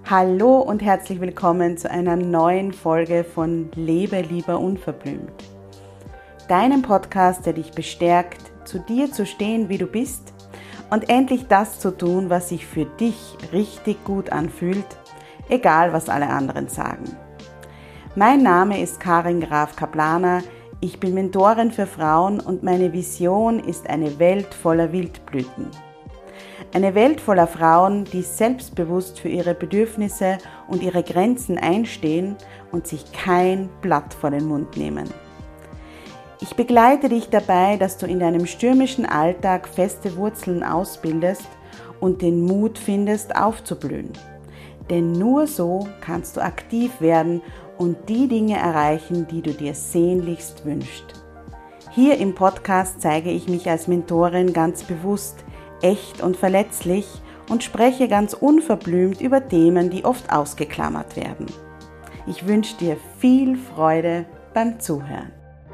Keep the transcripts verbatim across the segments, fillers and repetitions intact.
Hallo und herzlich willkommen zu einer neuen Folge von Lebe lieber unverblümt. Deinem Podcast, der dich bestärkt, zu dir zu stehen, wie du bist und endlich das zu tun, was sich für dich richtig gut anfühlt, egal was alle anderen sagen. Mein Name ist Karin Graf-Kaplaner, ich bin Mentorin für Frauen und meine Vision ist eine Welt voller Wildblüten. Eine Welt voller Frauen, die selbstbewusst für ihre Bedürfnisse und ihre Grenzen einstehen und sich kein Blatt vor den Mund nehmen. Ich begleite dich dabei, dass du in deinem stürmischen Alltag feste Wurzeln ausbildest und den Mut findest, aufzublühen. Denn nur so kannst du aktiv werden und die Dinge erreichen, die du dir sehnlichst wünschst. Hier im Podcast zeige ich mich als Mentorin ganz bewusst, echt und verletzlich und spreche ganz unverblümt über Themen, die oft ausgeklammert werden. Ich wünsche dir viel Freude beim Zuhören.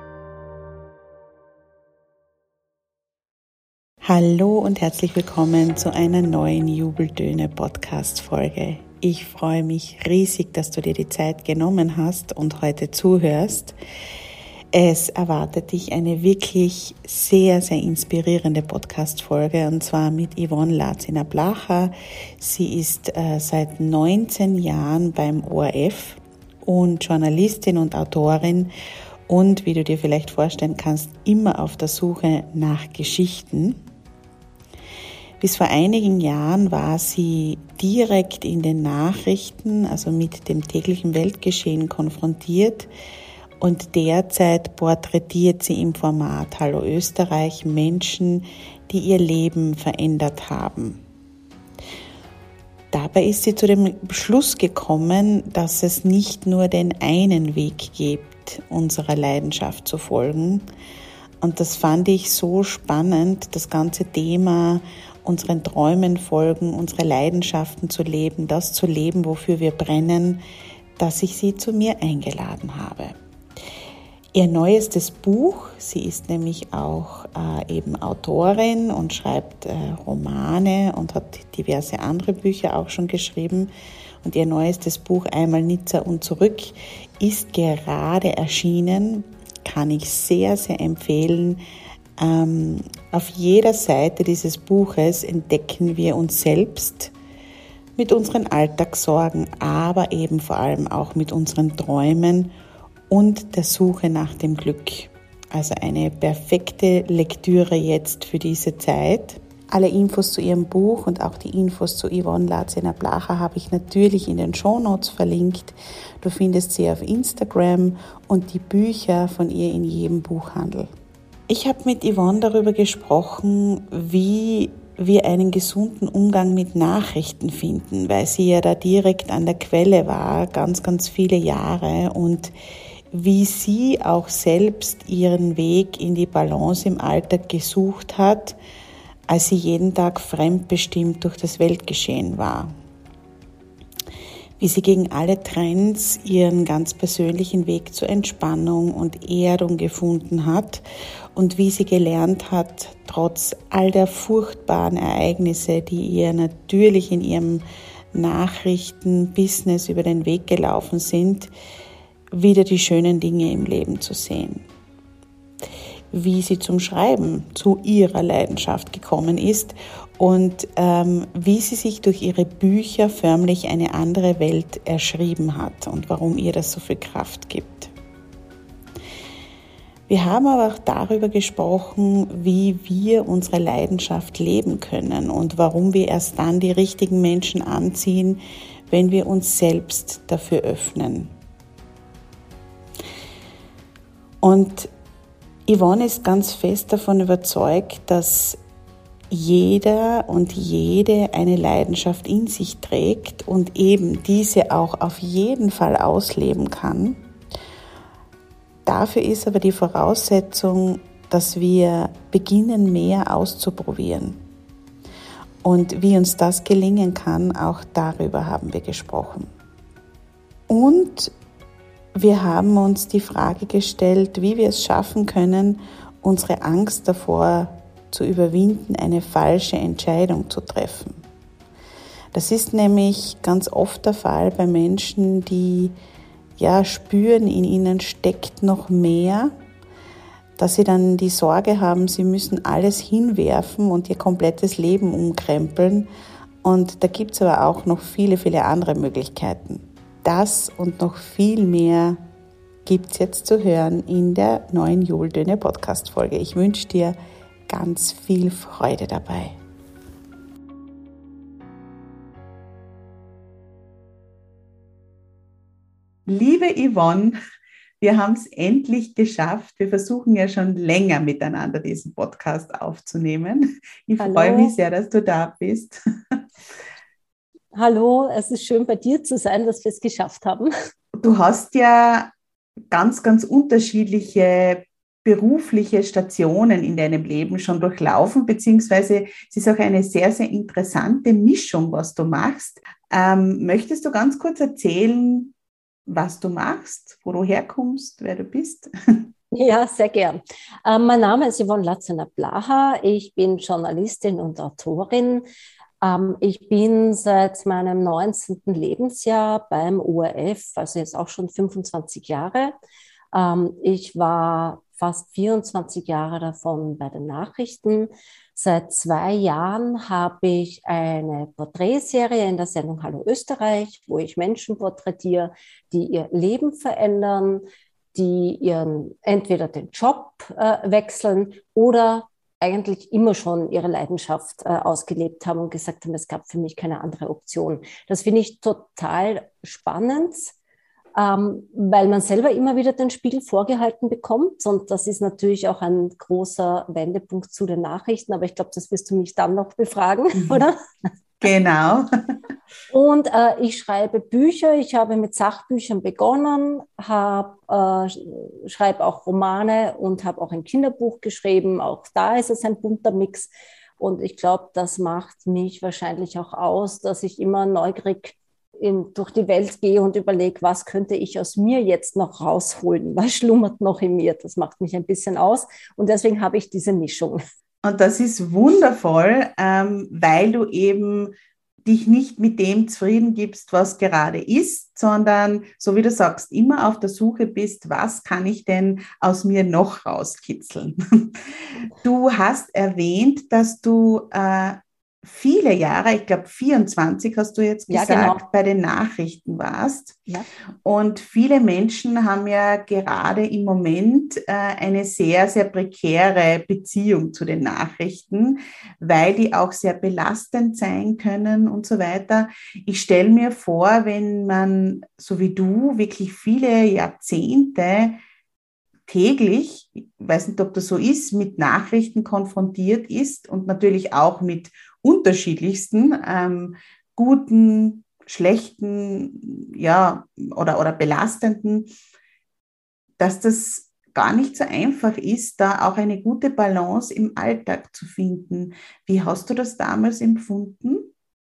Hallo und herzlich willkommen zu einer neuen Jubeltöne-Podcast-Folge. Ich freue mich riesig, dass du dir die Zeit genommen hast und heute zuhörst. Es erwartet dich eine wirklich sehr, sehr inspirierende Podcast-Folge und zwar mit Yvonne Lacina-Blacha. Sie ist äh, seit neunzehn Jahren beim O R F und Journalistin und Autorin und, wie du dir vielleicht vorstellen kannst, immer auf der Suche nach Geschichten. Bis vor einigen Jahren war sie direkt in den Nachrichten, also mit dem täglichen Weltgeschehen konfrontiert. Und derzeit porträtiert sie im Format Hallo Österreich Menschen, die ihr Leben verändert haben. Dabei ist sie zu dem Schluss gekommen, dass es nicht nur den einen Weg gibt, unserer Leidenschaft zu folgen. Und das fand ich so spannend, das ganze Thema unseren Träumen folgen, unsere Leidenschaften zu leben, das zu leben, wofür wir brennen, dass ich sie zu mir eingeladen habe. Ihr neuestes Buch, sie ist nämlich auch äh, eben Autorin und schreibt äh, Romane und hat diverse andere Bücher auch schon geschrieben. Und ihr neuestes Buch Einmal Nizza und zurück ist gerade erschienen, kann ich sehr, sehr empfehlen. Ähm, auf jeder Seite dieses Buches entdecken wir uns selbst mit unseren Alltagssorgen, aber eben vor allem auch mit unseren Träumen und der Suche nach dem Glück. Also eine perfekte Lektüre jetzt für diese Zeit. Alle Infos zu ihrem Buch und auch die Infos zu Yvonne Lacina-Blacha habe ich natürlich in den Shownotes verlinkt. Du findest sie auf Instagram und die Bücher von ihr in jedem Buchhandel. Ich habe mit Yvonne darüber gesprochen, wie wir einen gesunden Umgang mit Nachrichten finden, weil sie ja da direkt an der Quelle war, ganz, ganz viele Jahre und wie sie auch selbst ihren Weg in die Balance im Alltag gesucht hat, als sie jeden Tag fremdbestimmt durch das Weltgeschehen war. Wie sie gegen alle Trends ihren ganz persönlichen Weg zur Entspannung und Erdung gefunden hat und wie sie gelernt hat, trotz all der furchtbaren Ereignisse, die ihr natürlich in ihrem Nachrichten-Business über den Weg gelaufen sind, wieder die schönen Dinge im Leben zu sehen. Wie sie zum Schreiben zu ihrer Leidenschaft gekommen ist und ähm, wie sie sich durch ihre Bücher förmlich eine andere Welt erschrieben hat und warum ihr das so viel Kraft gibt. Wir haben aber auch darüber gesprochen, wie wir unsere Leidenschaft leben können und warum wir erst dann die richtigen Menschen anziehen, wenn wir uns selbst dafür öffnen. Und Yvonne ist ganz fest davon überzeugt, dass jeder und jede eine Leidenschaft in sich trägt und eben diese auch auf jeden Fall ausleben kann. Dafür ist aber die Voraussetzung, dass wir beginnen, mehr auszuprobieren. Und wie uns das gelingen kann, auch darüber haben wir gesprochen. Und wir haben uns die Frage gestellt, wie wir es schaffen können, unsere Angst davor zu überwinden, eine falsche Entscheidung zu treffen. Das ist nämlich ganz oft der Fall bei Menschen, die ja spüren, in ihnen steckt noch mehr, dass sie dann die Sorge haben, sie müssen alles hinwerfen und ihr komplettes Leben umkrempeln. Und da gibt es aber auch noch viele, viele andere Möglichkeiten. Das und noch viel mehr gibt es jetzt zu hören in der neuen Juldöne Podcast-Folge. Ich wünsche dir ganz viel Freude dabei. Liebe Yvonne, wir haben es endlich geschafft. Wir versuchen ja schon länger miteinander diesen Podcast aufzunehmen. Ich Hallo. freue mich sehr, dass du da bist. Hallo, es ist schön bei dir zu sein, dass wir es geschafft haben. Du hast ja ganz, ganz unterschiedliche berufliche Stationen in deinem Leben schon durchlaufen, beziehungsweise es ist auch eine sehr, sehr interessante Mischung, was du machst. Ähm, möchtest du ganz kurz erzählen, was du machst, wo du herkommst, wer du bist? Ja, sehr gern. Äh, mein Name ist Yvonne Latzener-Blaha. Ich bin Journalistin und Autorin. Ähm, ich bin seit meinem neunzehnten Lebensjahr beim O R F, also jetzt auch schon fünfundzwanzig Jahre. Ähm, ich war fast vierundzwanzig Jahre davon bei den Nachrichten. Seit zwei Jahren habe ich eine Porträtserie in der Sendung Hallo Österreich, wo ich Menschen porträtiere, die ihr Leben verändern, die ihren entweder den Job äh, wechseln oder eigentlich immer schon ihre Leidenschaft äh, ausgelebt haben und gesagt haben, es gab für mich keine andere Option. Das finde ich total spannend, ähm, weil man selber immer wieder den Spiegel vorgehalten bekommt. Und das ist natürlich auch ein großer Wendepunkt zu den Nachrichten. Aber ich glaube, das wirst du mich dann noch befragen, mhm. oder? Genau. Und äh, ich schreibe Bücher. Ich habe mit Sachbüchern begonnen, hab, äh, schreibe auch Romane und habe auch ein Kinderbuch geschrieben. Auch da ist es ein bunter Mix. Und ich glaube, das macht mich wahrscheinlich auch aus, dass ich immer neugierig in, durch die Welt gehe und überlege, was könnte ich aus mir jetzt noch rausholen? Was schlummert noch in mir? Das macht mich ein bisschen aus. Und deswegen habe ich diese Mischung. Und das ist wundervoll, ähm, weil du eben dich nicht mit dem zufrieden gibst, was gerade ist, sondern, so wie du sagst, immer auf der Suche bist, was kann ich denn aus mir noch rauskitzeln? Du hast erwähnt, dass du äh, viele Jahre, ich glaube vierundzwanzig hast du jetzt gesagt, ja, genau, bei den Nachrichten warst. Ja. Und viele Menschen haben ja gerade im Moment äh, eine sehr, sehr prekäre Beziehung zu den Nachrichten, weil die auch sehr belastend sein können und so weiter. Ich stelle mir vor, wenn man, so wie du, wirklich viele Jahrzehnte täglich, ich weiß nicht, ob das so ist, mit Nachrichten konfrontiert ist und natürlich auch mit unterschiedlichsten, ähm, guten, schlechten, ja, oder, oder belastenden, dass das gar nicht so einfach ist, da auch eine gute Balance im Alltag zu finden. Wie hast du das damals empfunden?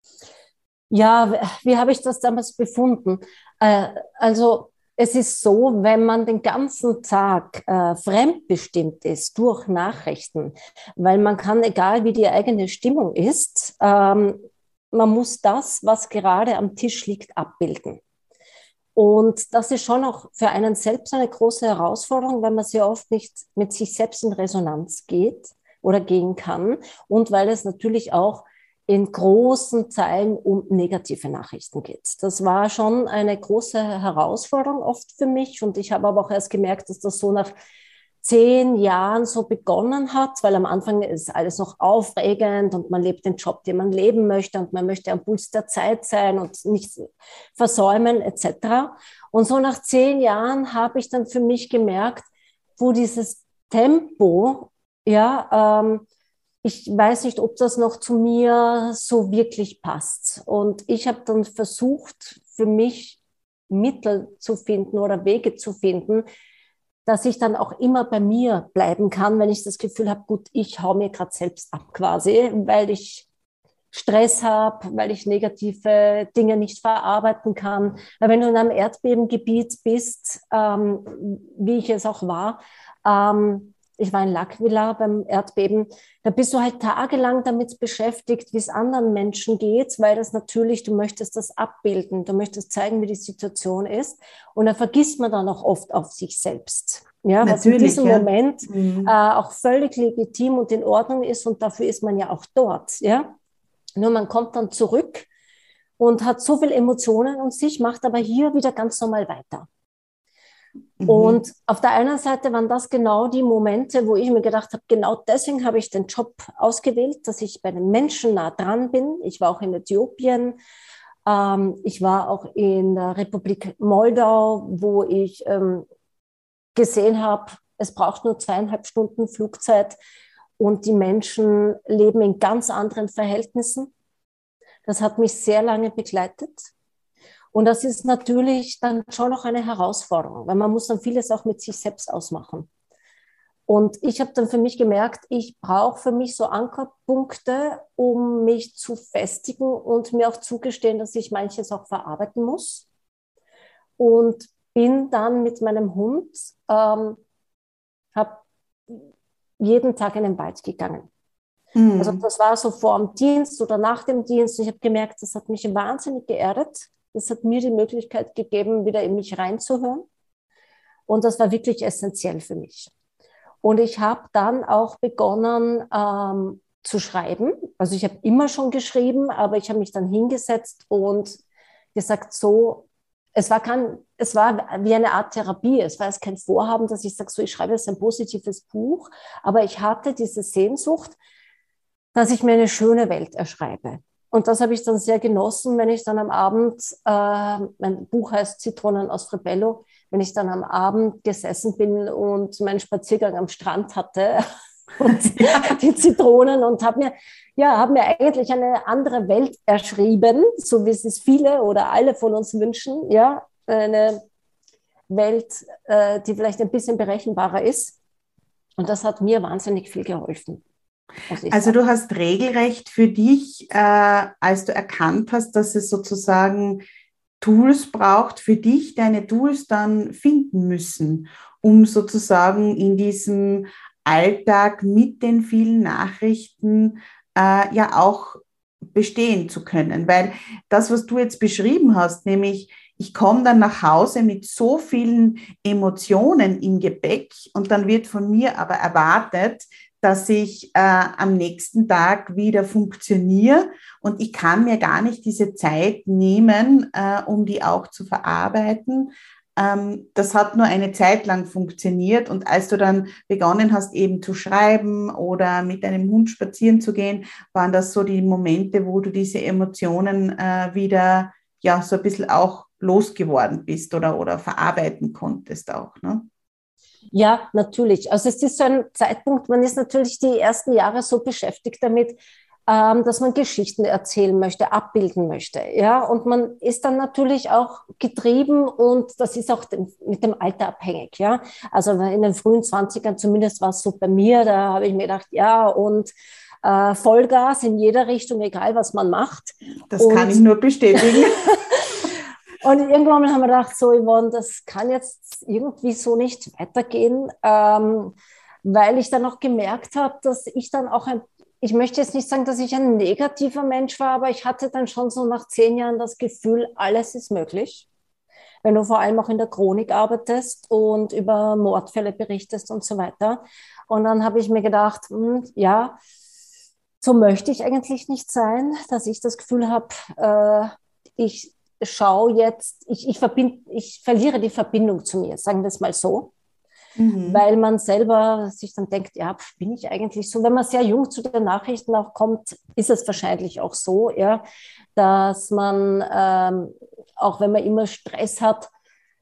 Ja, wie habe ich das damals befunden? Äh, also es ist so, wenn man den ganzen Tag äh, fremdbestimmt ist durch Nachrichten, weil man kann, egal wie die eigene Stimmung ist, ähm, man muss das, was gerade am Tisch liegt, abbilden. Und das ist schon auch für einen selbst eine große Herausforderung, weil man sehr oft nicht mit sich selbst in Resonanz geht oder gehen kann und weil es natürlich auch in großen Zeilen um negative Nachrichten geht. Das war schon eine große Herausforderung oft für mich und ich habe aber auch erst gemerkt, dass das so nach zehn Jahren so begonnen hat, weil am Anfang ist alles noch aufregend und man lebt den Job, den man leben möchte und man möchte am Puls der Zeit sein und nichts versäumen et cetera. Und so nach zehn Jahren habe ich dann für mich gemerkt, wo dieses Tempo, ja, ähm, ich weiß nicht, ob das noch zu mir so wirklich passt. Und ich habe dann versucht, für mich Mittel zu finden oder Wege zu finden, dass ich dann auch immer bei mir bleiben kann, wenn ich das Gefühl habe, gut, ich hau mir gerade selbst ab quasi, weil ich Stress habe, weil ich negative Dinge nicht verarbeiten kann. Weil wenn du in einem Erdbebengebiet bist, ähm, wie ich es auch war, ähm, ich war in L'Aquila beim Erdbeben, da bist du halt tagelang damit beschäftigt, wie es anderen Menschen geht, weil das natürlich, du möchtest das abbilden, du möchtest zeigen, wie die Situation ist. Und da vergisst man dann auch oft auf sich selbst. Ja, was in Natürlich, diesem ja. Moment Mhm. äh, auch völlig legitim und in Ordnung ist und dafür ist man ja auch dort. Ja? Nur man kommt dann zurück und hat so viele Emotionen und sich, macht aber hier wieder ganz normal weiter. Mhm. Und auf der einen Seite waren das genau die Momente, wo ich mir gedacht habe, genau deswegen habe ich den Job ausgewählt, dass ich bei den Menschen nah dran bin. Ich war auch in Äthiopien, ähm, ich war auch in der Republik Moldau, wo ich ähm, gesehen habe, es braucht nur zweieinhalb Stunden Flugzeit und die Menschen leben in ganz anderen Verhältnissen. Das hat mich sehr lange begleitet. Und das ist natürlich dann schon noch eine Herausforderung, weil man muss dann vieles auch mit sich selbst ausmachen. Und ich habe dann für mich gemerkt, ich brauche für mich so Ankerpunkte, um mich zu festigen und mir auch zugestehen, dass ich manches auch verarbeiten muss. Und bin dann mit meinem Hund, ähm, habe jeden Tag in den Wald gegangen. Also Mhm. das war so vor dem Dienst oder nach dem Dienst. Ich habe gemerkt, das hat mich wahnsinnig geerdet. Das hat mir die Möglichkeit gegeben, wieder in mich reinzuhören. Und das war wirklich essentiell für mich. Und ich habe dann auch begonnen ähm, zu schreiben. Also ich habe immer schon geschrieben, aber ich habe mich dann hingesetzt und gesagt, so, es war, kein, es war wie eine Art Therapie. Es war jetzt kein Vorhaben, dass ich sage, so, ich schreibe jetzt ein positives Buch. Aber ich hatte diese Sehnsucht, dass ich mir eine schöne Welt erschreibe. Und das habe ich dann sehr genossen, wenn ich dann am Abend, äh, mein Buch heißt Zitronen aus Frebello, wenn ich dann am Abend gesessen bin und meinen Spaziergang am Strand hatte und die Zitronen und habe mir, ja, habe mir eigentlich eine andere Welt erschrieben, so wie es es viele oder alle von uns wünschen, ja, eine Welt, äh, die vielleicht ein bisschen berechenbarer ist. Und das hat mir wahnsinnig viel geholfen, muss ich Also sagen. du hast regelrecht für dich, äh, als du erkannt hast, dass es sozusagen Tools braucht, für dich deine Tools dann finden müssen, um sozusagen in diesem Alltag mit den vielen Nachrichten äh, ja auch bestehen zu können. Weil das, was du jetzt beschrieben hast, nämlich ich komme dann nach Hause mit so vielen Emotionen im Gepäck und dann wird von mir aber erwartet, dass ich äh, am nächsten Tag wieder funktioniere und ich kann mir gar nicht diese Zeit nehmen, äh, um die auch zu verarbeiten. Ähm, das hat nur eine Zeit lang funktioniert und als du dann begonnen hast, eben zu schreiben oder mit deinem Hund spazieren zu gehen, waren das so die Momente, wo du diese Emotionen äh, wieder ja so ein bisschen auch losgeworden bist oder, oder verarbeiten konntest auch, ne? Ja, natürlich. Also es ist so ein Zeitpunkt, man ist natürlich die ersten Jahre so beschäftigt damit, ähm, dass man Geschichten erzählen möchte, abbilden möchte. Ja, und man ist dann natürlich auch getrieben und das ist auch dem, mit dem Alter abhängig. Ja, also in den frühen Zwanzigern zumindest war es so bei mir, da habe ich mir gedacht, ja, und äh, Vollgas in jeder Richtung, egal was man macht. Das kann Und ich nur bestätigen. Und irgendwann haben wir gedacht, so Yvonne, das kann jetzt irgendwie so nicht weitergehen, ähm, weil ich dann auch gemerkt habe, dass ich dann auch ein, ich möchte jetzt nicht sagen, dass ich ein negativer Mensch war, aber ich hatte dann schon so nach zehn Jahren das Gefühl, alles ist möglich. Wenn du vor allem auch in der Chronik arbeitest und über Mordfälle berichtest und so weiter. Und dann habe ich mir gedacht, hm, ja, so möchte ich eigentlich nicht sein, dass ich das Gefühl habe, äh, ich schaue jetzt, ich, ich, verbind, ich verliere die Verbindung zu mir, sagen wir es mal so, Mhm. weil man selber sich dann denkt, ja, bin ich eigentlich so? Wenn man sehr jung zu den Nachrichten auch kommt, ist es wahrscheinlich auch so, ja, dass man, ähm, auch wenn man immer Stress hat,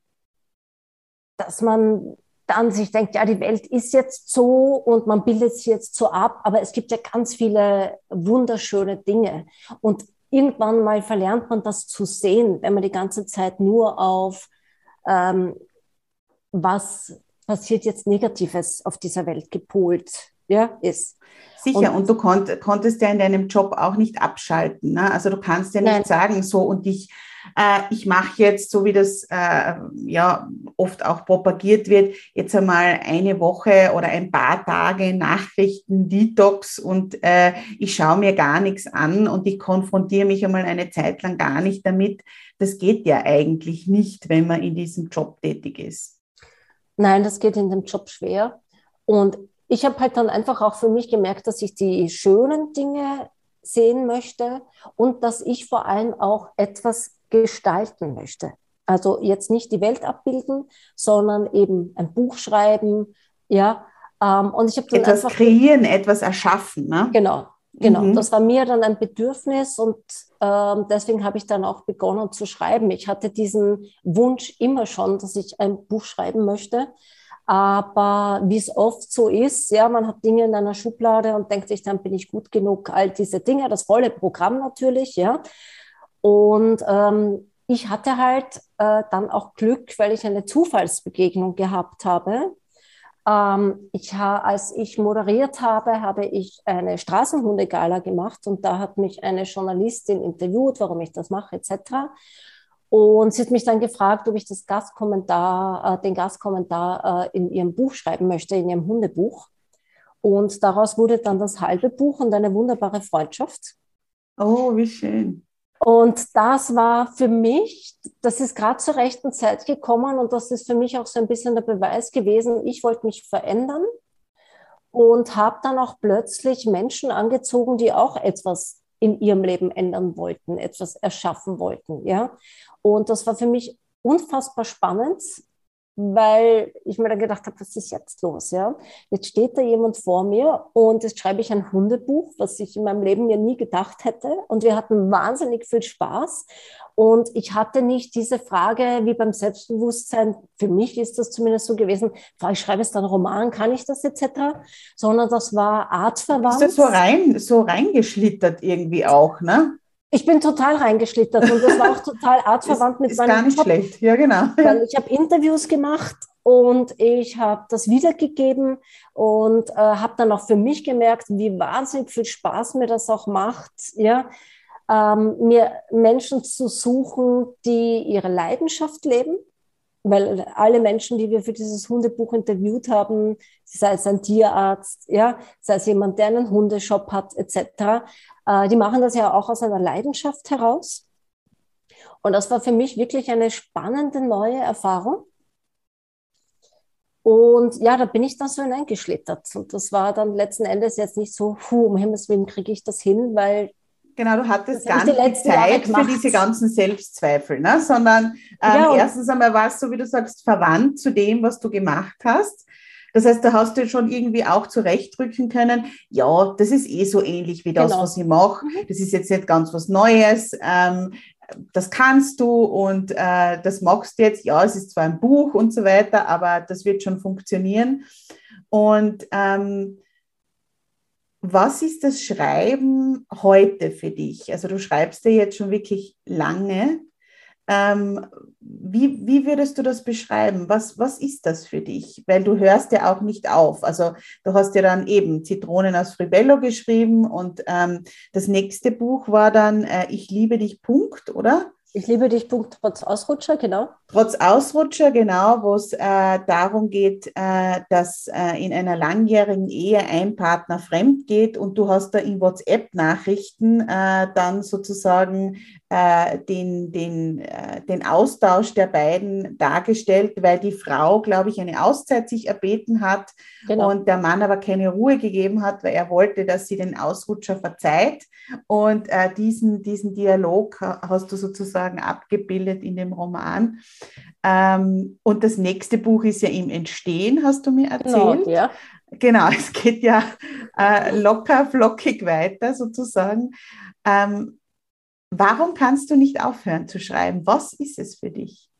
dass man dann sich denkt, ja, die Welt ist jetzt so und man bildet sie jetzt so ab, aber es gibt ja ganz viele wunderschöne Dinge. Und irgendwann mal verlernt man das zu sehen, wenn man die ganze Zeit nur auf, ähm, was passiert jetzt Negatives auf dieser Welt gepolt ja, ist. Sicher, Und und du konnt, konntest ja in deinem Job auch nicht abschalten. Ne? Also du kannst ja nein, nicht sagen, so und ich, äh, ich mache jetzt, so wie das äh, ja oft auch propagiert wird, jetzt einmal eine Woche oder ein paar Tage Nachrichten-Detox und äh, ich schaue mir gar nichts an und ich konfrontiere mich einmal eine Zeit lang gar nicht damit. Das geht ja eigentlich nicht, wenn man in diesem Job tätig ist. nein, das geht in dem Job schwer. Und ich habe halt dann einfach auch für mich gemerkt, dass ich die schönen Dinge sehen möchte und dass ich vor allem auch etwas gestalten möchte. Also jetzt nicht die Welt abbilden, sondern eben ein Buch schreiben, ja. Ähm, und ich habe dann Etwas einfach kreieren, etwas erschaffen, ne? genau, genau. Das Mhm. war mir dann ein Bedürfnis und ähm, deswegen habe ich dann auch begonnen zu schreiben. Ich hatte diesen Wunsch immer schon, dass ich ein Buch schreiben möchte. Aber wie es oft so ist, ja, man hat Dinge in einer Schublade und denkt sich, dann bin ich gut genug, all diese Dinge, das volle Programm natürlich, ja. Und ähm, ich hatte halt äh, dann auch Glück, weil ich eine Zufallsbegegnung gehabt habe. Ähm, ich ha, als ich moderiert habe, habe ich eine Straßenhundegala gemacht und da hat mich eine Journalistin interviewt, warum ich das mache, et cetera. Und sie hat mich dann gefragt, ob ich das Gastkommentar, äh, den Gastkommentar äh, in ihrem Buch schreiben möchte, in ihrem Hundebuch. Und daraus wurde dann das halbe Buch und eine wunderbare Freundschaft. Oh, wie schön. Und das war für mich, das ist gerade zur rechten Zeit gekommen und das ist für mich auch so ein bisschen der Beweis gewesen, ich wollte mich verändern und habe dann auch plötzlich Menschen angezogen, die auch etwas in ihrem Leben ändern wollten, etwas erschaffen wollten, ja. Und das war für mich unfassbar spannend, weil ich mir dann gedacht habe, was ist jetzt los, ja? Jetzt steht da jemand vor mir und jetzt schreibe ich ein Hundebuch, was ich in meinem Leben mir nie gedacht hätte. Und wir hatten wahnsinnig viel Spaß. Und ich hatte nicht diese Frage wie beim Selbstbewusstsein, für mich ist das zumindest so gewesen, ich schreibe jetzt einen Roman, kann ich das et cetera, sondern das war Du bist da artverwandt. so rein, so reingeschlittert irgendwie auch, ne? Ich bin total reingeschlittert und das war auch total Ist, artverwandt mit ist gar meinem nicht Job. schlecht. Ja, genau. Ja. Weil ich habe Interviews gemacht und ich habe das wiedergegeben und äh, habe dann auch für mich gemerkt, wie wahnsinnig viel Spaß mir das auch macht, ja, ähm, mir Menschen zu suchen, die ihre Leidenschaft leben. Weil alle Menschen, die wir für dieses Hundebuch interviewt haben, sei es ein Tierarzt, ja, sei es jemand, der einen Hundeshop hat, et cetera, äh, die machen das ja auch aus einer Leidenschaft heraus. Und das war für mich wirklich eine spannende neue Erfahrung. Und ja, da bin ich dann so hineingeschlittert. Und das war dann letzten Endes jetzt nicht so, puh, um Himmels Willen kriege ich das hin, weil Genau, du das hattest habe ich gar die nicht die letzten Jahre Zeit für gemacht. diese ganzen Selbstzweifel, ne? Sondern ähm, Ja, und erstens einmal war es, so wie du sagst, verwandt zu dem, was du gemacht hast. Das heißt, da hast du schon irgendwie auch zurechtdrücken können, ja, das ist eh so ähnlich wie das, was genau. ich mache. Mhm. Das ist jetzt nicht ganz was Neues. Ähm, das kannst du und äh, das machst du jetzt. Ja, es ist zwar ein Buch und so weiter, aber das wird schon funktionieren. Und ähm, was ist das Schreiben heute für dich? Also du schreibst ja jetzt schon wirklich lange. Ähm, wie, wie würdest du das beschreiben? Was, was ist das für dich? Weil du hörst ja auch nicht auf. Also du hast ja dann eben Zitronen aus Fribello geschrieben und ähm, das nächste Buch war dann äh, Ich liebe dich, Punkt, oder? Ich liebe dich, Punkt, trotz Ausrutscher, genau. Trotz Ausrutscher, genau, wo es äh, darum geht, äh, dass äh, in einer langjährigen Ehe ein Partner fremd geht und du hast da in WhatsApp-Nachrichten äh, dann sozusagen äh, den, den, äh, den Austausch der beiden dargestellt, weil die Frau, glaube ich, eine Auszeit sich erbeten hat Genau. und der Mann aber keine Ruhe gegeben hat, weil er wollte, dass sie den Ausrutscher verzeiht. Und äh, diesen, diesen Dialog hast du sozusagen abgebildet in dem Roman. Ähm, und das nächste Buch ist ja im Entstehen, hast du mir Genau, erzählt. ja. Genau, es geht ja äh, locker, flockig weiter sozusagen. Ähm, warum kannst du nicht aufhören zu schreiben? Was ist es für dich?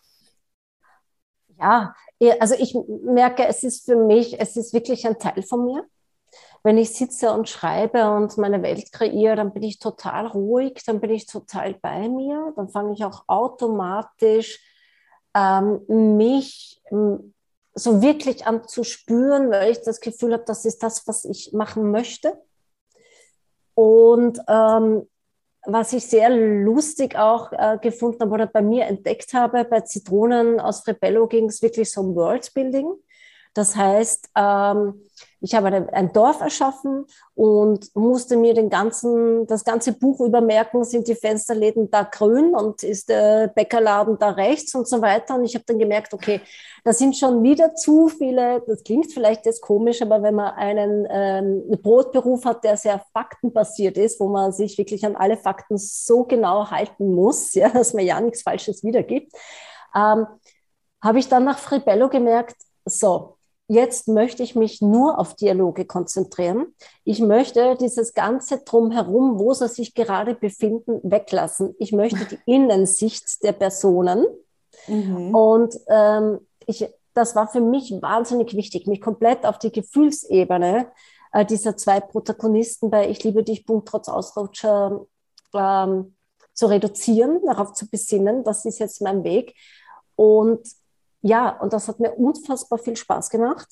Ja, eh, also ich merke, es ist für mich, es ist wirklich ein Teil von mir. Wenn ich sitze und schreibe und meine Welt kreiere, dann bin ich total ruhig, dann bin ich total bei mir, dann fange ich auch automatisch ähm, mich so wirklich an zu spüren, weil ich das Gefühl habe, das ist das, was ich machen möchte. Und ähm, was ich sehr lustig auch äh, gefunden habe oder bei mir entdeckt habe, bei Zitronen aus Rebello ging es wirklich so um Worldbuilding. Das heißt, ähm, ich habe ein, ein Dorf erschaffen und musste mir den ganzen, das ganze Buch übermerken, sind die Fensterläden da grün und ist der Bäckerladen da rechts und so weiter. Und ich habe dann gemerkt, okay, da sind schon wieder zu viele, das klingt vielleicht jetzt komisch, aber wenn man einen, ähm, einen Brotberuf hat, der sehr faktenbasiert ist, wo man sich wirklich an alle Fakten so genau halten muss, ja, dass man ja nichts Falsches wiedergibt, ähm, habe ich dann nach Fribello gemerkt, so, jetzt möchte ich mich nur auf Dialoge konzentrieren. Ich möchte dieses ganze Drumherum, wo sie sich gerade befinden, weglassen. Ich möchte die Innensicht der Personen. Mhm. Und ähm, ich, das war für mich wahnsinnig wichtig, mich komplett auf die Gefühlsebene äh, dieser zwei Protagonisten bei Ich liebe dich, Punkt, trotz Ausrutscher ähm, zu reduzieren, darauf zu besinnen, das ist jetzt mein Weg. Und ja, und das hat mir unfassbar viel Spaß gemacht,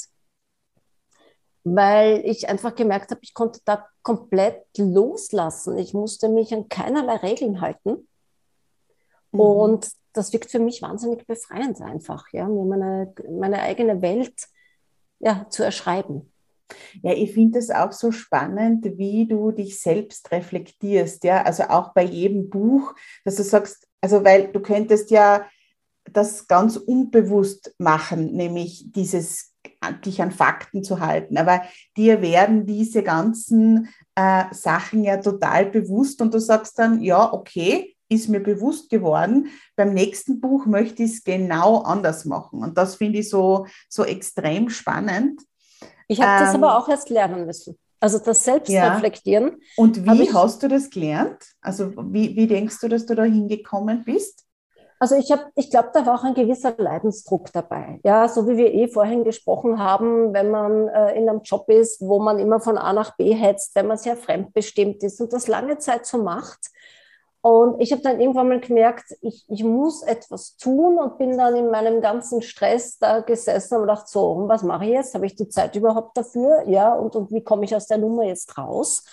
weil ich einfach gemerkt habe, ich konnte da komplett loslassen. Ich musste mich an keinerlei Regeln halten. Mhm. Und das wirkt für mich wahnsinnig befreiend einfach, ja, mir meine, meine eigene Welt ja, zu erschreiben. Ja, ich finde es auch so spannend, wie du dich selbst reflektierst, ja, also auch bei jedem Buch, dass du sagst, also weil du könntest ja das ganz unbewusst machen, nämlich dieses, dich an Fakten zu halten. Aber dir werden diese ganzen äh, Sachen ja total bewusst und du sagst dann, ja, okay, ist mir bewusst geworden. Beim nächsten Buch möchte ich es genau anders machen. Und das finde ich so, so extrem spannend. Ich habe ähm, das aber auch erst lernen müssen. Also das Selbstreflektieren. Ja. Und wie ich, hast du das gelernt? Also wie, wie denkst du, dass du da hingekommen bist? Also ich habe, ich glaube, da war auch ein gewisser Leidensdruck dabei. Ja, so wie wir eh vorhin gesprochen haben, wenn man äh, in einem Job ist, wo man immer von A nach B hetzt, wenn man sehr fremdbestimmt ist und das lange Zeit so macht. Und ich habe dann irgendwann mal gemerkt, ich, ich muss etwas tun und bin dann in meinem ganzen Stress da gesessen und gedacht, so, was mache ich jetzt? Habe ich die Zeit überhaupt dafür? Ja, und, und wie komme ich aus der Nummer jetzt raus?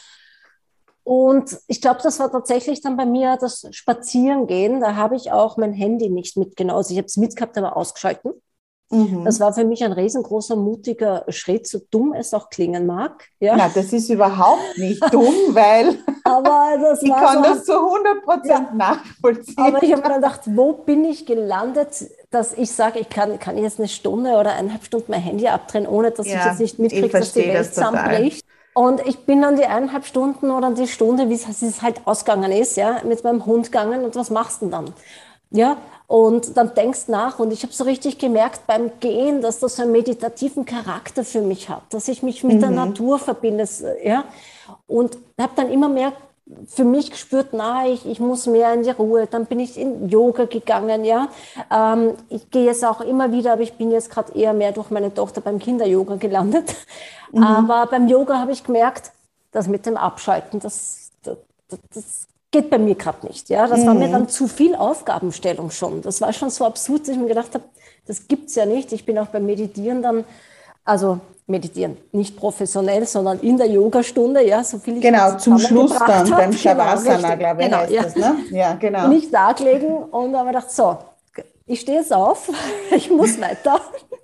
Und ich glaube, das war tatsächlich dann bei mir das Spazierengehen. Da habe ich auch mein Handy nicht mitgenommen. Also ich habe es mitgehabt, aber ausgeschalten. Mhm. Das war für mich ein riesengroßer, mutiger Schritt, so dumm es auch klingen mag. Ja. Na, das ist überhaupt nicht dumm, weil aber das ich war kann so, das zu hundert Prozent ja, nachvollziehen. Aber ich habe mir dann gedacht, wo bin ich gelandet, dass ich sage, ich kann, kann jetzt eine Stunde oder eineinhalb Stunden mein Handy abdrehen, ohne dass ja, ich jetzt nicht mitkriege, dass die Welt zusammenbricht. Und ich bin dann die eineinhalb Stunden oder die Stunde, wie es halt ausgegangen ist, ja, mit meinem Hund gegangen und was machst du denn dann? Ja, und dann denkst nach und ich habe so richtig gemerkt beim Gehen, dass das so einen meditativen Charakter für mich hat, dass ich mich mit mhm. der Natur verbinde, ja, und habe dann immer mehr für mich gespürt, na, ich, ich muss mehr in die Ruhe. Dann bin ich in Yoga gegangen, ja. Ähm, ich gehe jetzt auch immer wieder, aber ich bin jetzt gerade eher mehr durch meine Tochter beim Kinder-Yoga gelandet. Mhm. Aber beim Yoga habe ich gemerkt, das mit dem Abschalten, das, das, das geht bei mir gerade nicht, ja. Das mhm. war mir dann zu viel Aufgabenstellung schon. Das war schon so absurd, dass ich mir gedacht habe, das gibt's ja nicht. Ich bin auch beim Meditieren dann, also meditieren, nicht professionell, sondern in der Yogastunde, ja, so viel ich genau, zum Schluss dann, beim Shavasana, genau, glaube ich, genau, heißt ja. das, ne? Ja, genau. Nicht da gelegen und habe gedacht, so, ich stehe jetzt auf, ich muss weiter.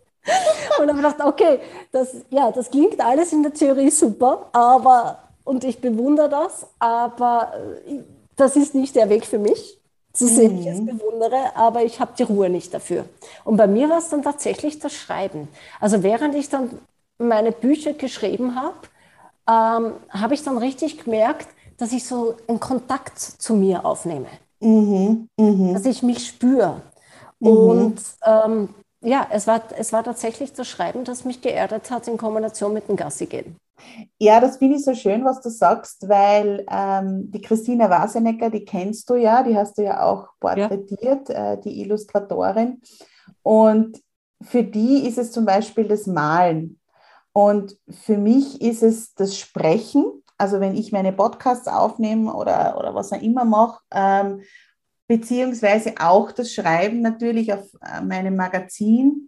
Und habe gedacht, okay, das, ja, das klingt alles in der Theorie super, aber, und ich bewundere das, aber das ist nicht der Weg für mich, zu sehen, wie ich es bewundere, aber ich habe die Ruhe nicht dafür. Und bei mir war es dann tatsächlich das Schreiben. Also während ich dann meine Bücher geschrieben habe, ähm, habe ich dann richtig gemerkt, dass ich so einen Kontakt zu mir aufnehme. Mhm, mh. Dass ich mich spüre. Mhm. Und ähm, ja, es war, es war tatsächlich das Schreiben, das mich geerdet hat in Kombination mit dem Gassi gehen. Ja, das finde ich so schön, was du sagst, weil ähm, die Christina Wasenecker, die kennst du ja, die hast du ja auch porträtiert, ja. äh, die Illustratorin. Und für die ist es zum Beispiel das Malen. Und für mich ist es das Sprechen, also wenn ich meine Podcasts aufnehme oder, oder was auch immer mache, ähm, beziehungsweise auch das Schreiben natürlich auf äh, meinem Magazin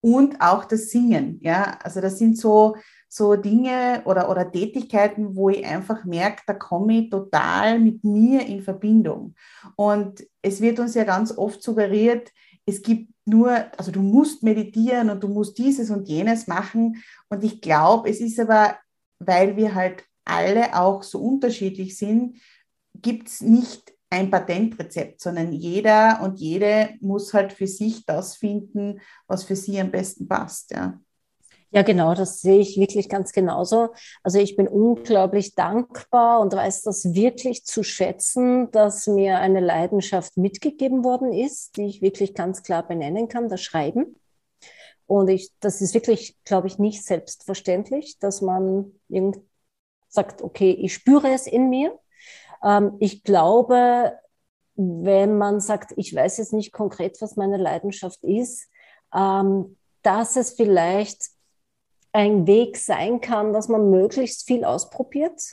und auch das Singen. Ja, also das sind so, so Dinge oder, oder Tätigkeiten, wo ich einfach merke, da komme ich total mit mir in Verbindung. Und es wird uns ja ganz oft suggeriert, es gibt nur, also du musst meditieren und du musst dieses und jenes machen. Und ich glaube, es ist aber, weil wir halt alle auch so unterschiedlich sind, gibt es nicht ein Patentrezept, sondern jeder und jede muss halt für sich das finden, was für sie am besten passt. Ja. Ja, genau, das sehe ich wirklich ganz genauso. Also ich bin unglaublich dankbar und weiß das wirklich zu schätzen, dass mir eine Leidenschaft mitgegeben worden ist, die ich wirklich ganz klar benennen kann, das Schreiben. Und ich, das ist wirklich, glaube ich, nicht selbstverständlich, dass man irgend sagt, okay, ich spüre es in mir. Ähm, ich glaube, wenn man sagt, ich weiß jetzt nicht konkret, was meine Leidenschaft ist, ähm, dass es vielleicht ein Weg sein kann, dass man möglichst viel ausprobiert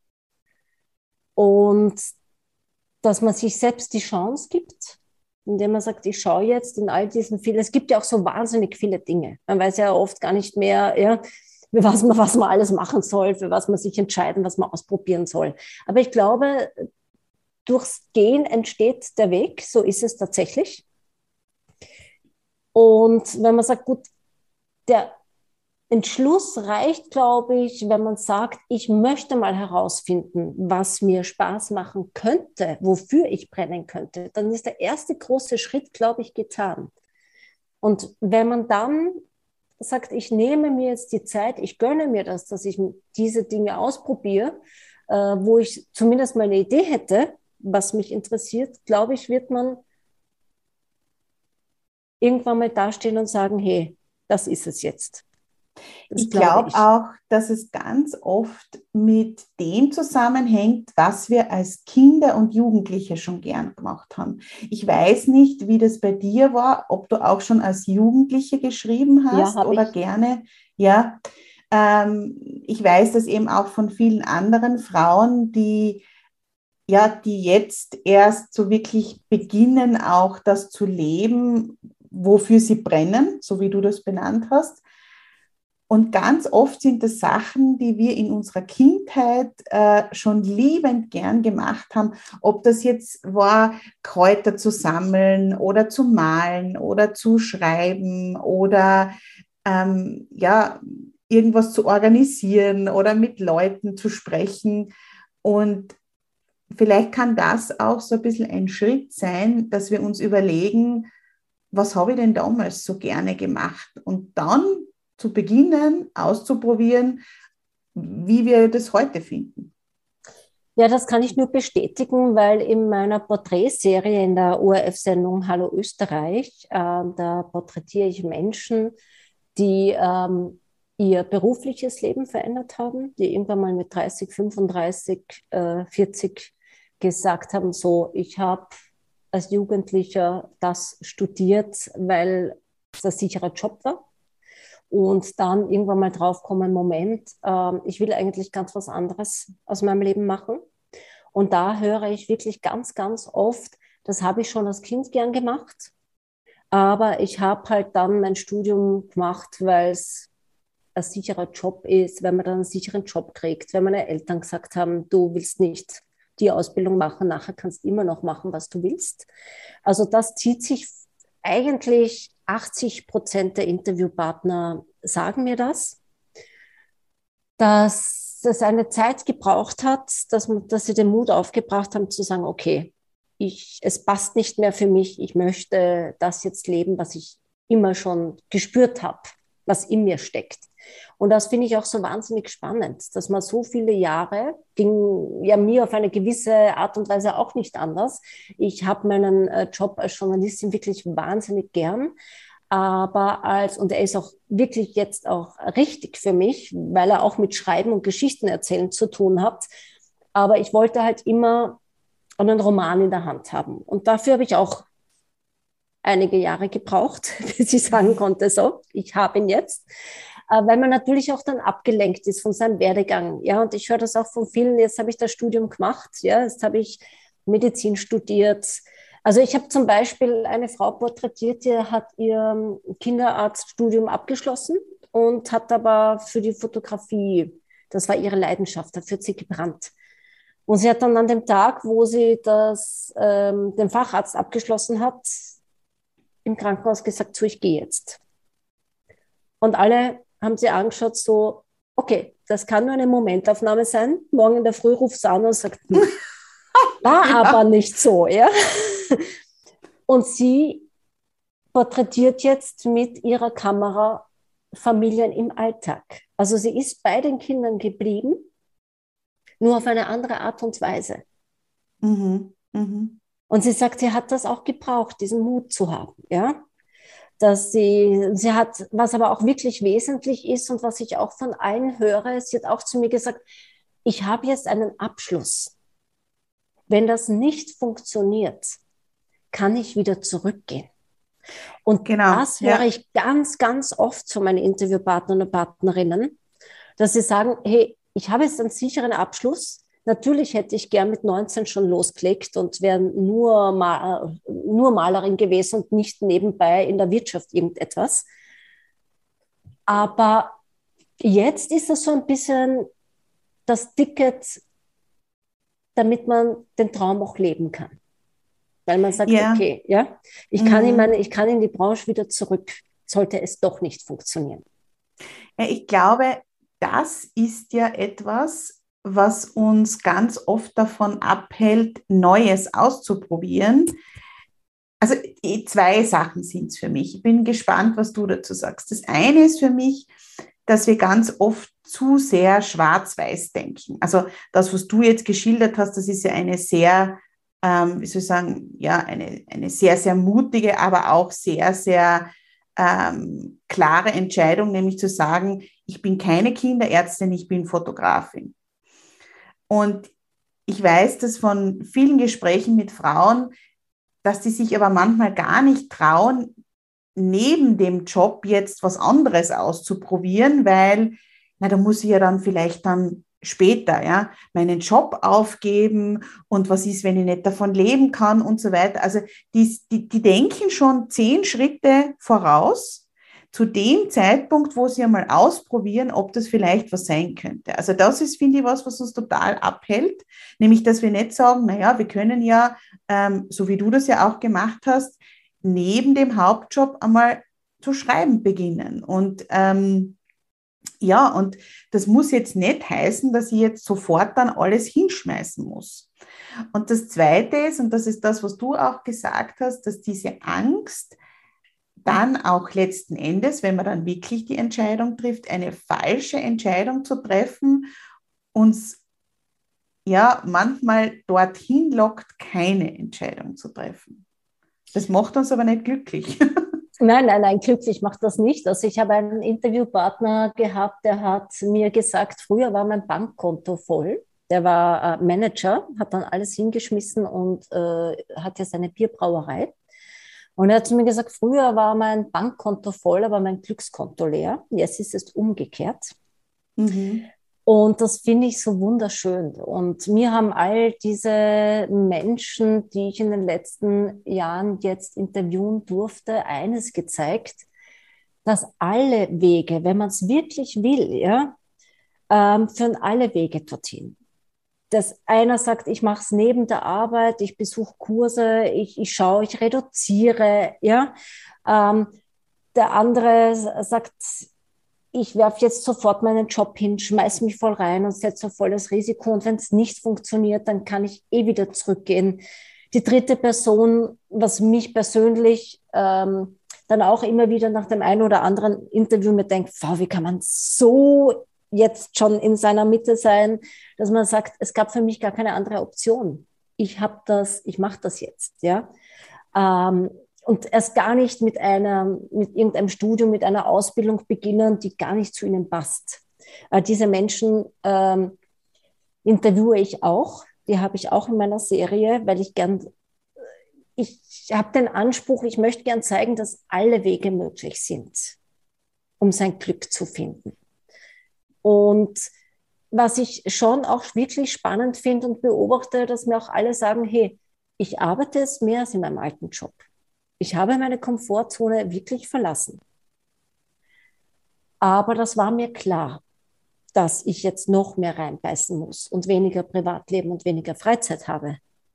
und dass man sich selbst die Chance gibt, indem man sagt, ich schaue jetzt in all diesen vielen, es gibt ja auch so wahnsinnig viele Dinge. Man weiß ja oft gar nicht mehr, ja, für was man, was man alles machen soll, für was man sich entscheiden, was man ausprobieren soll. Aber ich glaube, durchs Gehen entsteht der Weg, so ist es tatsächlich. Und wenn man sagt, gut, der Entschluss reicht, glaube ich, wenn man sagt, ich möchte mal herausfinden, was mir Spaß machen könnte, wofür ich brennen könnte, dann ist der erste große Schritt, glaube ich, getan. Und wenn man dann sagt, ich nehme mir jetzt die Zeit, ich gönne mir das, dass ich diese Dinge ausprobiere, äh, wo ich zumindest mal eine Idee hätte, was mich interessiert, glaube ich, wird man irgendwann mal dastehen und sagen, hey, das ist es jetzt. Das Ich glaube glaube ich. auch, dass es ganz oft mit dem zusammenhängt, was wir als Kinder und Jugendliche schon gern gemacht haben. Ich weiß nicht, wie das bei dir war, ob du auch schon als Jugendliche geschrieben Ja, hast habe oder ich. gerne, ja. Ähm, ich weiß das eben auch von vielen anderen Frauen, die ja, die jetzt erst so wirklich beginnen, auch das zu leben, wofür sie brennen, so wie du das benannt hast. Und ganz oft sind das Sachen, die wir in unserer Kindheit äh, schon liebend gern gemacht haben. Ob das jetzt war, Kräuter zu sammeln oder zu malen oder zu schreiben oder ähm, ja, irgendwas zu organisieren oder mit Leuten zu sprechen. Und vielleicht kann das auch so ein bisschen ein Schritt sein, dass wir uns überlegen, was habe ich denn damals so gerne gemacht? Und dann zu beginnen, auszuprobieren, wie wir das heute finden. Ja, das kann ich nur bestätigen, weil in meiner Porträtserie in der O R F-Sendung Hallo Österreich, äh, da porträtiere ich Menschen, die ähm, ihr berufliches Leben verändert haben, die irgendwann mal mit dreißig, fünfunddreißig, äh, vierzig gesagt haben, so, ich habe als Jugendlicher das studiert, weil es ein sicherer Job war. Und dann irgendwann mal draufkommen, Moment, äh, ich will eigentlich ganz was anderes aus meinem Leben machen. Und da höre ich wirklich ganz, ganz oft, das habe ich schon als Kind gern gemacht, aber ich habe halt dann mein Studium gemacht, weil es ein sicherer Job ist, wenn man dann einen sicheren Job kriegt, wenn meine Eltern gesagt haben, du willst nicht die Ausbildung machen, nachher kannst du immer noch machen, was du willst. Also das zieht sich eigentlich achtzig Prozent der Interviewpartner sagen mir das, dass es eine Zeit gebraucht hat, dass, man, dass sie den Mut aufgebracht haben zu sagen, okay, ich, es passt nicht mehr für mich, ich möchte das jetzt leben, was ich immer schon gespürt habe, was in mir steckt. Und das finde ich auch so wahnsinnig spannend, dass man so viele Jahre, ging ja mir auf eine gewisse Art und Weise auch nicht anders. Ich habe meinen äh, Job als Journalistin wirklich wahnsinnig gern, aber als, und er ist auch wirklich jetzt auch richtig für mich, weil er auch mit Schreiben und Geschichten erzählen zu tun hat. Aber ich wollte halt immer einen Roman in der Hand haben. Und dafür habe ich auch einige Jahre gebraucht, bis ich sagen konnte, so, ich habe ihn jetzt. Äh, weil man natürlich auch dann abgelenkt ist von seinem Werdegang. Ja, und ich höre das auch von vielen, jetzt habe ich das Studium gemacht, ja, jetzt habe ich Medizin studiert, Also ich habe zum Beispiel eine Frau porträtiert, die hat ihr Kinderarztstudium abgeschlossen und hat aber für die Fotografie, das war ihre Leidenschaft, dafür hat sie gebrannt. Und sie hat dann an dem Tag, wo sie das, ähm, den Facharzt abgeschlossen hat, im Krankenhaus gesagt, so, ich gehe jetzt. Und alle haben sie angeschaut, so, okay, das kann nur eine Momentaufnahme sein. Morgen in der Früh ruft sie an und sagt, hm, war Ja. aber nicht so, ja. Und sie porträtiert jetzt mit ihrer Kamera Familien im Alltag. Also sie ist bei den Kindern geblieben, nur auf eine andere Art und Weise. Mhm. Mhm. Und sie sagt, sie hat das auch gebraucht, diesen Mut zu haben, ja. Dass sie, sie hat, was aber auch wirklich wesentlich ist und was ich auch von allen höre, sie hat auch zu mir gesagt, ich habe jetzt einen Abschluss. Wenn das nicht funktioniert, kann ich wieder zurückgehen. Und Genau, das höre ja. ich ganz, ganz oft von meinen Interviewpartnern und Partnerinnen, dass sie sagen, hey, ich habe jetzt einen sicheren Abschluss. Natürlich hätte ich gern mit neunzehn schon losgelegt und wäre nur, mal, nur Malerin gewesen und nicht nebenbei in der Wirtschaft irgendetwas. Aber jetzt ist das so ein bisschen das Ticket, damit man den Traum auch leben kann. Weil man sagt, Ja. okay, ja, ich kann in Mhm. meine, ich kann in die Branche wieder zurück, sollte es doch nicht funktionieren. Ja, ich glaube, das ist ja etwas, was uns ganz oft davon abhält, Neues auszuprobieren. Also eh, zwei Sachen sind es für mich. Ich bin gespannt, was du dazu sagst. Das eine ist für mich, dass wir ganz oft zu sehr schwarz-weiß denken. Also das, was du jetzt geschildert hast, das ist ja eine sehr, ähm, wie soll ich sagen, ja, eine, eine sehr, sehr mutige, aber auch sehr, sehr ähm, klare Entscheidung, nämlich zu sagen, ich bin keine Kinderärztin, ich bin Fotografin. Und ich weiß das von vielen Gesprächen mit Frauen, dass die sich aber manchmal gar nicht trauen, neben dem Job jetzt was anderes auszuprobieren, weil, na, da muss ich ja dann vielleicht dann später, ja, meinen Job aufgeben und was ist, wenn ich nicht davon leben kann und so weiter. Also die, die, die denken schon zehn Schritte voraus zu dem Zeitpunkt, wo sie einmal ausprobieren, ob das vielleicht was sein könnte. Also das ist, finde ich, was, was uns total abhält, nämlich, dass wir nicht sagen, naja, wir können ja, ähm, so wie du das ja auch gemacht hast, neben dem Hauptjob einmal zu schreiben beginnen. Und ähm, ja, und das muss jetzt nicht heißen, dass ich jetzt sofort dann alles hinschmeißen muss. Und das Zweite ist, und das ist das, was du auch gesagt hast, dass diese Angst dann auch letzten Endes, wenn man dann wirklich die Entscheidung trifft, eine falsche Entscheidung zu treffen, uns ja manchmal dorthin lockt, keine Entscheidung zu treffen. Das macht uns aber nicht glücklich. Nein, nein, nein, glücklich macht das nicht. Also ich habe einen Interviewpartner gehabt, der hat mir gesagt, früher war mein Bankkonto voll. Der war äh, Manager, hat dann alles hingeschmissen und äh, hat ja seine Bierbrauerei. Und er hat zu mir gesagt, früher war mein Bankkonto voll, aber mein Glückskonto leer. Jetzt ist es umgekehrt. Mhm. Und das finde ich so wunderschön. Und mir haben all diese Menschen, die ich in den letzten Jahren jetzt interviewen durfte, eines gezeigt, dass alle Wege, wenn man es wirklich will, ja, ähm, führen alle Wege dorthin. Dass einer sagt, ich mache es neben der Arbeit, ich besuche Kurse, ich, ich schaue, ich reduziere, ja. Ähm, der andere sagt, ich werfe jetzt sofort meinen Job hin, schmeiß mich voll rein und setze auf volles Risiko. Und wenn es nicht funktioniert, dann kann ich eh wieder zurückgehen. Die dritte Person, was mich persönlich ähm, dann auch immer wieder nach dem einen oder anderen Interview mir denkt, wow, wie kann man so jetzt schon in seiner Mitte sein, dass man sagt, es gab für mich gar keine andere Option. Ich habe das, ich mache das jetzt, ja. Ähm, und erst gar nicht mit einer, mit irgendeinem Studium, mit einer Ausbildung beginnen, die gar nicht zu ihnen passt. Äh, diese Menschen ähm, interviewe ich auch, die habe ich auch in meiner Serie, weil ich gern, ich habe den Anspruch, ich möchte gern zeigen, dass alle Wege möglich sind, um sein Glück zu finden. Und was ich schon auch wirklich spannend finde und beobachte, dass mir auch alle sagen, hey, ich arbeite es mehr als in meinem alten Job. Ich habe meine Komfortzone wirklich verlassen. Aber das war mir klar, dass ich jetzt noch mehr reinbeißen muss und weniger Privatleben und weniger Freizeit habe.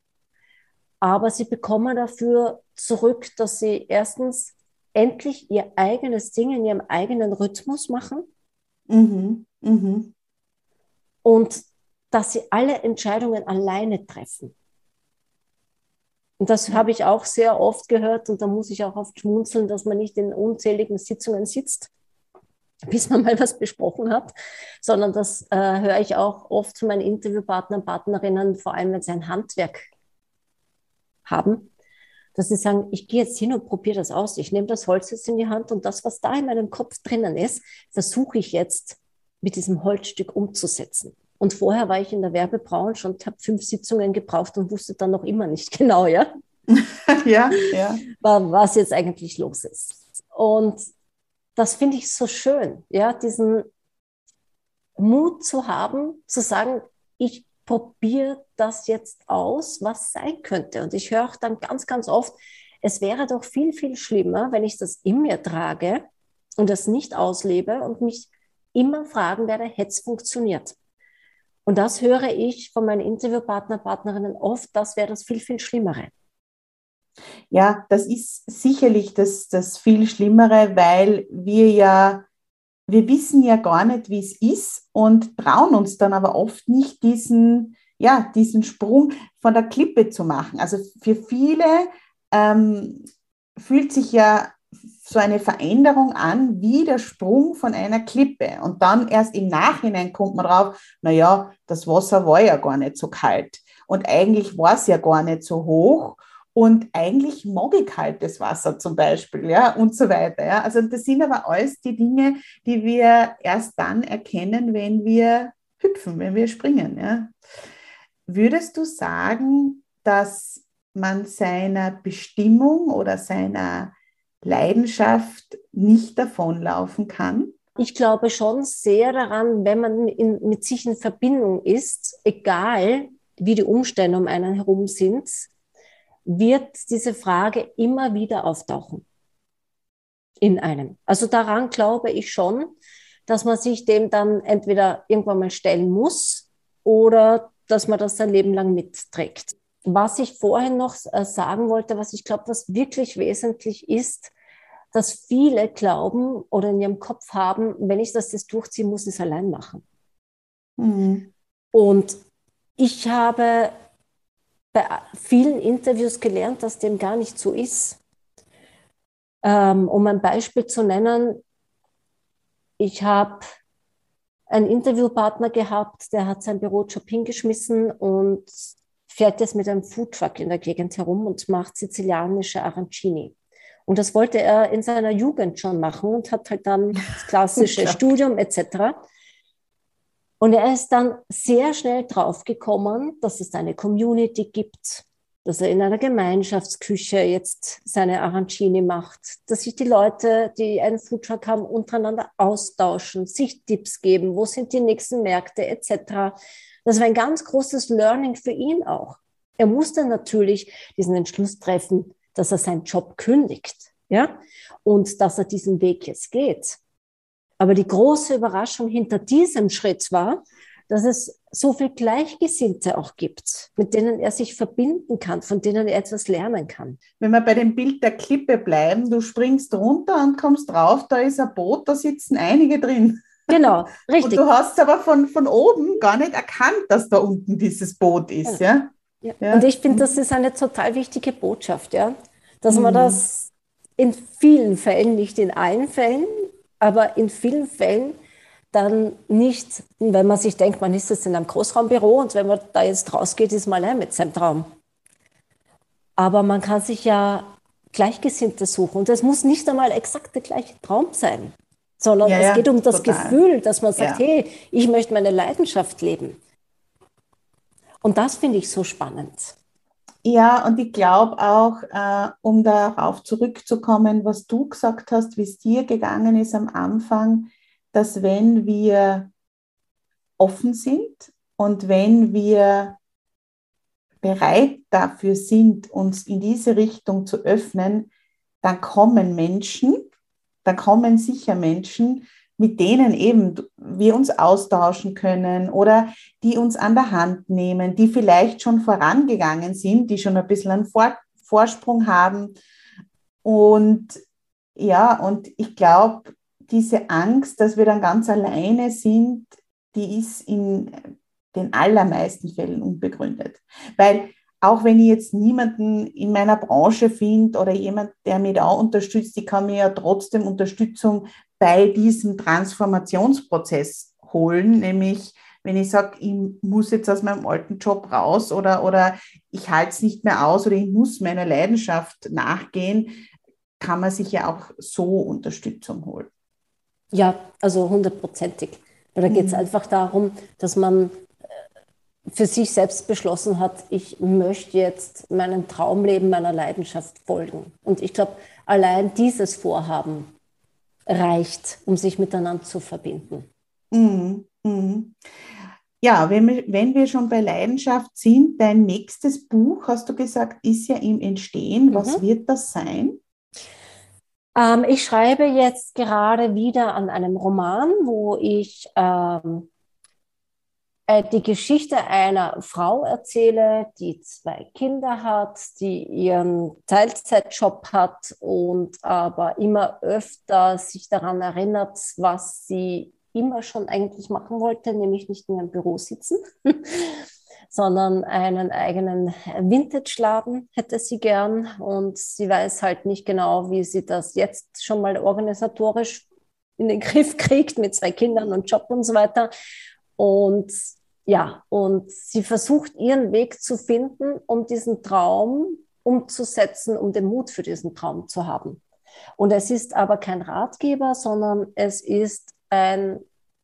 Aber sie bekommen dafür zurück, dass sie erstens endlich ihr eigenes Ding in ihrem eigenen Rhythmus machen. Mhm. Mhm. Und dass sie alle Entscheidungen alleine treffen. Und das habe ich auch sehr oft gehört und da muss ich auch oft schmunzeln, dass man nicht in unzähligen Sitzungen sitzt, bis man mal was besprochen hat, sondern das äh, höre ich auch oft von meinen Interviewpartnern, Partnerinnen, vor allem wenn sie ein Handwerk haben, dass sie sagen, ich gehe jetzt hin und probiere das aus. Ich nehme das Holz jetzt in die Hand und das, was da in meinem Kopf drinnen ist, versuche ich jetzt mit diesem Holzstück umzusetzen. Und vorher war ich in der Werbebranche und habe fünf Sitzungen gebraucht und wusste dann noch immer nicht genau, ja, Ja, ja. was jetzt eigentlich los ist. Und das finde ich so schön, ja, diesen Mut zu haben, zu sagen, ich probiere das jetzt aus, was sein könnte. Und ich höre auch dann ganz, ganz oft, es wäre doch viel, viel schlimmer, wenn ich das in mir trage und das nicht auslebe und mich immer fragen werde, hätte es funktioniert? Und das höre ich von meinen Interviewpartner, Partnerinnen oft, das wäre das viel, viel Schlimmere. Ja, das ist sicherlich das, das viel Schlimmere, weil wir ja, wir wissen ja gar nicht, wie es ist und trauen uns dann aber oft nicht diesen, ja, diesen Sprung von der Klippe zu machen. Also für viele ähm, fühlt sich ja so eine Veränderung an wie der Sprung von einer Klippe. Und dann erst im Nachhinein kommt man drauf, naja, das Wasser war ja gar nicht so kalt. Und eigentlich war es ja gar nicht so hoch. Und eigentlich mag ich kaltes Wasser zum Beispiel, ja, und so weiter. Ja. Also das sind aber alles die Dinge, die wir erst dann erkennen, wenn wir hüpfen, wenn wir springen. Ja. Würdest du sagen, dass man seiner Bestimmung oder seiner Leidenschaft nicht davonlaufen kann? Ich glaube schon sehr daran, wenn man in, mit sich in Verbindung ist, egal wie die Umstände um einen herum sind, wird diese Frage immer wieder auftauchen in einem. Also daran glaube ich schon, dass man sich dem dann entweder irgendwann mal stellen muss oder dass man das sein Leben lang mitträgt. Was ich vorhin noch sagen wollte, was ich glaube, was wirklich wesentlich ist, dass viele glauben oder in ihrem Kopf haben, wenn ich das jetzt durchziehe, muss ich es allein machen. Mhm. Und ich habe bei vielen Interviews gelernt, dass dem gar nicht so ist. Ähm, um ein Beispiel zu nennen, ich habe einen Interviewpartner gehabt, der hat seinen Bürojob hingeschmissen und fährt jetzt mit einem Foodtruck in der Gegend herum und macht sizilianische Arancini. Und das wollte er in seiner Jugend schon machen und hat halt dann das klassische Studium et cetera. Und er ist dann sehr schnell draufgekommen, dass es eine Community gibt, dass er in einer Gemeinschaftsküche jetzt seine Arancini macht, dass sich die Leute, die einen Foodtruck haben, untereinander austauschen, sich Tipps geben, wo sind die nächsten Märkte et cetera. Das war ein ganz großes Learning für ihn auch. Er musste natürlich diesen Entschluss treffen, dass er seinen Job kündigt, ja, und dass er diesen Weg jetzt geht. Aber die große Überraschung hinter diesem Schritt war, dass es so viel Gleichgesinnte auch gibt, mit denen er sich verbinden kann, von denen er etwas lernen kann. Wenn wir bei dem Bild der Klippe bleiben, du springst runter und kommst drauf, da ist ein Boot, da sitzen einige drin. Genau, richtig. Und du hast aber von, von oben gar nicht erkannt, dass da unten dieses Boot ist. Genau. Ja? Ja. Ja. Und ich finde, das ist eine total wichtige Botschaft, ja, dass Mhm. man das in vielen Fällen, nicht in allen Fällen, aber in vielen Fällen dann nicht, wenn man sich denkt, man ist jetzt in einem Großraumbüro und wenn man da jetzt rausgeht, ist man allein mit seinem Traum. Aber man kann sich ja Gleichgesinnte suchen und es muss nicht einmal exakt der gleiche Traum sein, sondern Ja, es ja, geht um das total. Gefühl, dass man sagt, Ja. hey, ich möchte meine Leidenschaft leben. Und das finde ich so spannend. Ja, und ich glaube auch, äh, um darauf zurückzukommen, was du gesagt hast, wie es dir gegangen ist am Anfang, dass wenn wir offen sind und wenn wir bereit dafür sind, uns in diese Richtung zu öffnen, dann kommen Menschen, dann kommen sicher Menschen, mit denen eben wir uns austauschen können oder die uns an der Hand nehmen, die vielleicht schon vorangegangen sind, die schon ein bisschen einen Vor- Vorsprung haben. Und ja, und ich glaube, diese Angst, dass wir dann ganz alleine sind, die ist in den allermeisten Fällen unbegründet. Weil auch wenn ich jetzt niemanden in meiner Branche finde oder jemand, der mich da unterstützt, ich kann mir ja trotzdem Unterstützung bei diesem Transformationsprozess holen, nämlich wenn ich sage, ich muss jetzt aus meinem alten Job raus oder, oder ich halte es nicht mehr aus oder ich muss meiner Leidenschaft nachgehen, kann man sich ja auch so Unterstützung holen. Ja, also hundertprozentig. Weil da geht es Mhm. einfach darum, dass man für sich selbst beschlossen hat, ich möchte jetzt meinen Traumleben, meiner Leidenschaft folgen. Und ich glaube, allein dieses Vorhaben reicht, um sich miteinander zu verbinden. Mhm. Mhm. Ja, wenn wir, wenn wir schon bei Leidenschaft sind, dein nächstes Buch, hast du gesagt, ist ja im Entstehen. Was Mhm. wird das sein? Ähm, ich schreibe jetzt gerade wieder an einem Roman, wo ich ähm, äh, die Geschichte einer Frau erzähle, die zwei Kinder hat, die ihren Teilzeitjob hat und aber immer öfter sich daran erinnert, was sie immer schon eigentlich machen wollte, nämlich nicht mehr im Büro sitzen, sondern einen eigenen Vintage-Laden hätte sie gern. Und sie weiß halt nicht genau, wie sie das jetzt schon mal organisatorisch in den Griff kriegt mit zwei Kindern und Job und so weiter. Und ja, und sie versucht ihren Weg zu finden, um diesen Traum umzusetzen, um den Mut für diesen Traum zu haben. Und es ist aber kein Ratgeber, sondern es ist ein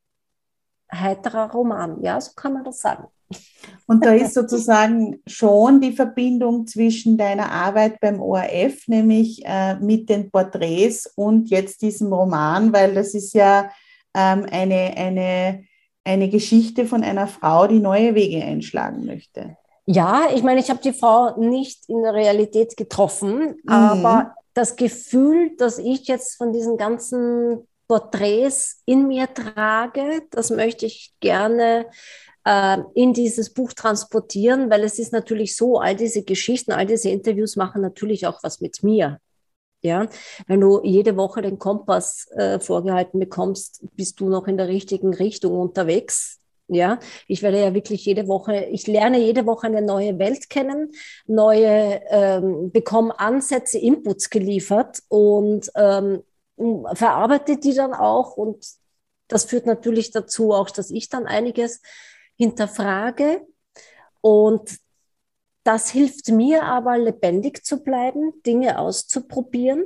heiterer Roman. Ja, so kann man das sagen. Und da ist sozusagen schon die Verbindung zwischen deiner Arbeit beim O R F, nämlich äh, mit den Porträts und jetzt diesem Roman, weil das ist ja ähm, eine, eine, eine Geschichte von einer Frau, die neue Wege einschlagen möchte. Ja, ich meine, ich habe die Frau nicht in der Realität getroffen, aber Mhm. das Gefühl, das ich jetzt von diesen ganzen Porträts in mir trage, das möchte ich gerne äh, in dieses Buch transportieren, weil es ist natürlich so, all diese Geschichten, all diese Interviews machen natürlich auch was mit mir. Ja, wenn du jede Woche den Kompass äh, vorgehalten bekommst, bist du noch in der richtigen Richtung unterwegs. Ja, ich werde ja wirklich jede Woche, ich lerne jede Woche eine neue Welt kennen, neue, ähm, bekomme Ansätze, Inputs geliefert und ähm, verarbeite die dann auch. Und das führt natürlich dazu auch, dass ich dann einiges hinterfrage. Und das hilft mir aber, lebendig zu bleiben, Dinge auszuprobieren.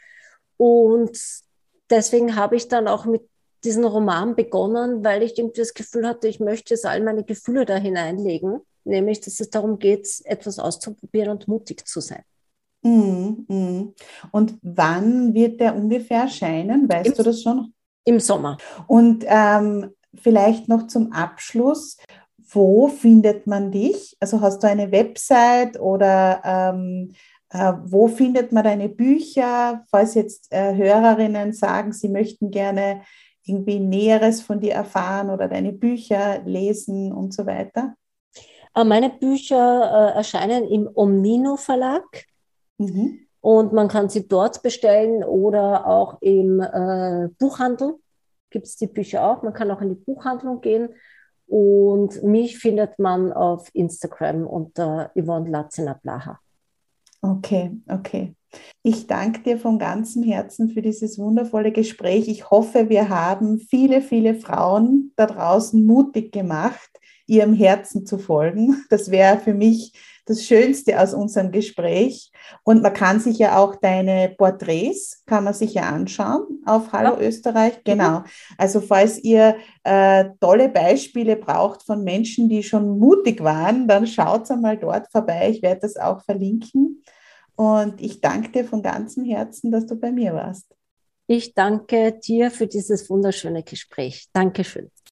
Und deswegen habe ich dann auch mit diesem Roman begonnen, weil ich irgendwie das Gefühl hatte, ich möchte jetzt all meine Gefühle da hineinlegen, nämlich, dass es darum geht, etwas auszuprobieren und mutig zu sein. Mhm. Mhm. Und wann wird der ungefähr erscheinen? Im, Weißt du das schon? im Sommer. Und ähm, vielleicht noch zum Abschluss, wo findet man dich? Also hast du eine Website oder ähm, äh, wo findet man deine Bücher? Falls jetzt äh, Hörerinnen sagen, sie möchten gerne irgendwie Näheres von dir erfahren oder deine Bücher lesen und so weiter. Äh, Meine Bücher äh, erscheinen im Omnino Verlag Mhm. und man kann sie dort bestellen oder auch im äh, Buchhandel gibt es die Bücher auch. Man kann auch in die Buchhandlung gehen und mich findet man auf Instagram unter Yvonne Latziner-Blaha. Okay, okay. Ich danke dir von ganzem Herzen für dieses wundervolle Gespräch. Ich hoffe, wir haben viele, viele Frauen da draußen mutig gemacht, ihrem Herzen zu folgen. Das wäre für mich das Schönste aus unserem Gespräch. Und man kann sich ja auch deine Porträts, kann man sich ja anschauen auf Hallo Ja. Österreich. Mhm. Genau. Also falls ihr äh, tolle Beispiele braucht von Menschen, die schon mutig waren, dann schaut einmal dort vorbei. Ich werde das auch verlinken. Und ich danke dir von ganzem Herzen, dass du bei mir warst. Ich danke dir für dieses wunderschöne Gespräch. Dankeschön.